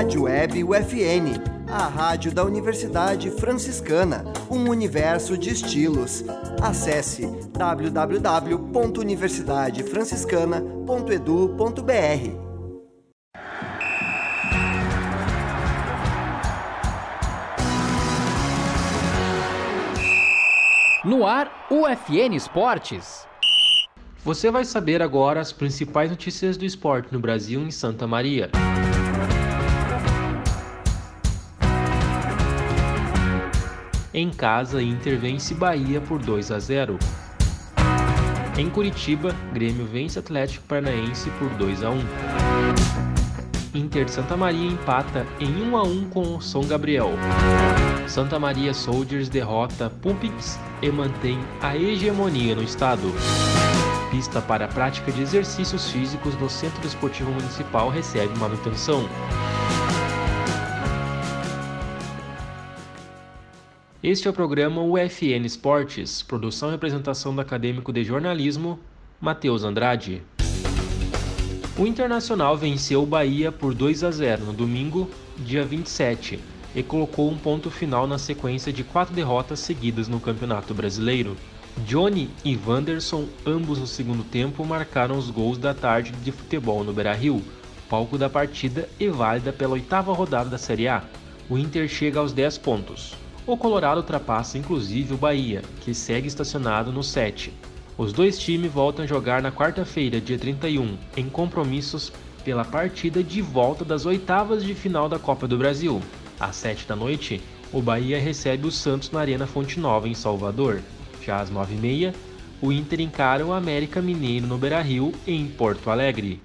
Rádio Web UFN, a rádio da Universidade Franciscana, um universo de estilos. Acesse www.universidadefranciscana.edu.br. No ar, UFN Esportes. Você vai saber agora as principais notícias do esporte no Brasil em Santa Maria. Em casa, Inter vence Bahia por 2-0. Em Curitiba, Grêmio vence Atlético Paranaense por 2-1. Inter de Santa Maria empata em 1-1 com o São Gabriel. Santa Maria Soldiers derrota Pumpkins e mantém a hegemonia no estado. Pista para a prática de exercícios físicos no Centro Esportivo Municipal recebe manutenção. Este é o programa UFN Esportes, produção e apresentação do acadêmico de jornalismo, Matheus Andrade. O Internacional venceu o Bahia por 2-0 no domingo, dia 27, e colocou um ponto final na sequência de 4 derrotas seguidas no Campeonato Brasileiro. Johnny e Wanderson, ambos no segundo tempo, marcaram os gols da tarde de futebol no Beira-Rio, palco da partida e válida pela 8ª rodada da Série A. O Inter chega aos 10 pontos. O Colorado ultrapassa inclusive o Bahia, que segue estacionado no 7. Os dois times voltam a jogar na quarta-feira, dia 31, em compromissos pela partida de volta das oitavas de final da Copa do Brasil. Às 7 da noite, o Bahia recebe o Santos na Arena Fonte Nova, em Salvador. Já às 9h30, o Inter encara o América Mineiro no Beira-Rio, em Porto Alegre.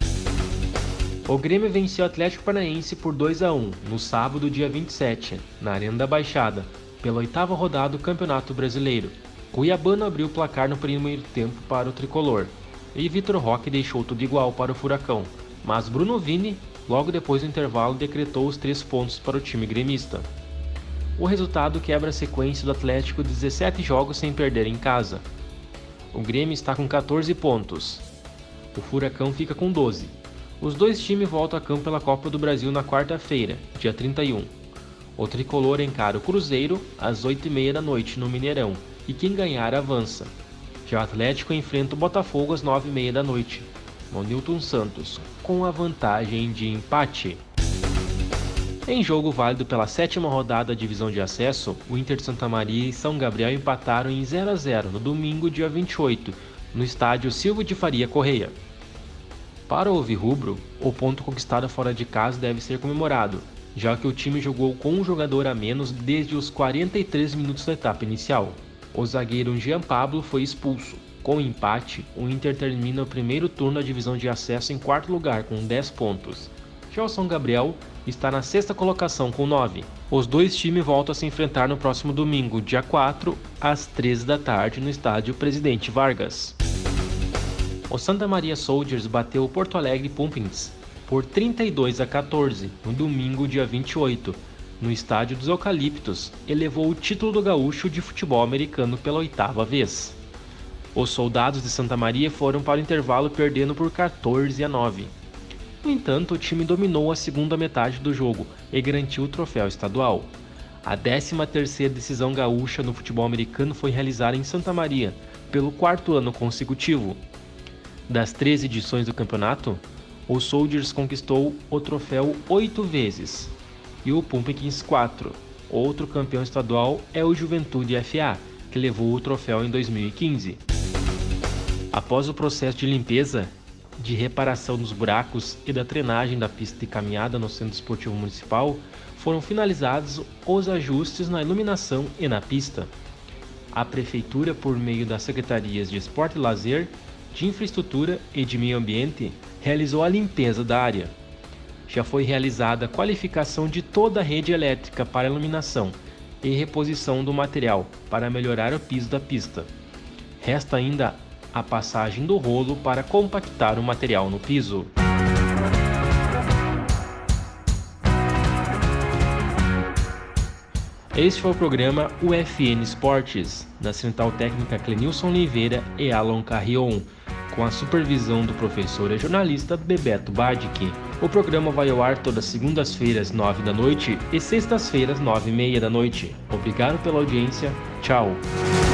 O Grêmio venceu o Atlético Paranaense por 2-1 no sábado, dia 27, na Arena da Baixada, pela 8ª rodada do Campeonato Brasileiro. Cuiabano abriu o placar no primeiro tempo para o tricolor, e Vitor Roque deixou tudo igual para o Furacão, mas Bruno Vini, logo depois do intervalo, decretou os 3 pontos para o time gremista. O resultado quebra a sequência do Atlético de 17 jogos sem perder em casa. O Grêmio está com 14 pontos. O Furacão fica com 12. Os dois times voltam a campo pela Copa do Brasil na quarta-feira, dia 31. O tricolor encara o Cruzeiro às 8h30 da noite no Mineirão, e quem ganhar avança. Já o Atlético enfrenta o Botafogo às 9h30 da noite, no Newton Santos, com a vantagem de empate. Em jogo válido pela 7ª rodada da divisão de acesso, o Inter de Santa Maria e São Gabriel empataram em 0-0 no domingo, dia 28, no estádio Silvio de Faria Correia. Para o Alvirrubro, o ponto conquistado fora de casa deve ser comemorado, já que o time jogou com um jogador a menos desde os 43 minutos da etapa inicial. O zagueiro Jean Pablo foi expulso. Com o empate, o Inter termina o primeiro turno da divisão de acesso em 4º lugar com 10 pontos. Já o São Gabriel está na 6ª colocação com 9. Os dois times voltam a se enfrentar no próximo domingo, dia 4, às 13 da tarde, no estádio Presidente Vargas. O Santa Maria Soldiers bateu o Porto Alegre Pumpkins por 32-14 no domingo, dia 28, no estádio dos Eucaliptos, e levou o título do gaúcho de futebol americano pela 8ª vez. Os soldados de Santa Maria foram para o intervalo perdendo por 14-9. No entanto, o time dominou a segunda metade do jogo e garantiu o troféu estadual. A 13ª decisão gaúcha no futebol americano foi realizada em Santa Maria, pelo 4º ano consecutivo. Das 13 edições do campeonato, o Soldiers conquistou o troféu 8 vezes, e o Pumpkins 4. Outro campeão estadual é o Juventude FA, que levou o troféu em 2015. Após o processo de limpeza, de reparação dos buracos e da drenagem da pista de caminhada no Centro Esportivo Municipal, foram finalizados os ajustes na iluminação e na pista. A Prefeitura, por meio das Secretarias de Esporte e Lazer, de Infraestrutura e de Meio Ambiente, realizou a limpeza da área. Já foi realizada a qualificação de toda a rede elétrica para iluminação e reposição do material para melhorar o piso da pista. Resta ainda a passagem do rolo para compactar o material no piso. Este foi o programa UFN Esportes, da Central Técnica Clenilson Oliveira e Alan Carrion, com a supervisão do professor e jornalista Bebeto Badic. O programa vai ao ar todas segundas-feiras, 9 da noite e sextas-feiras, 9:30 da noite. Obrigado pela audiência. Tchau.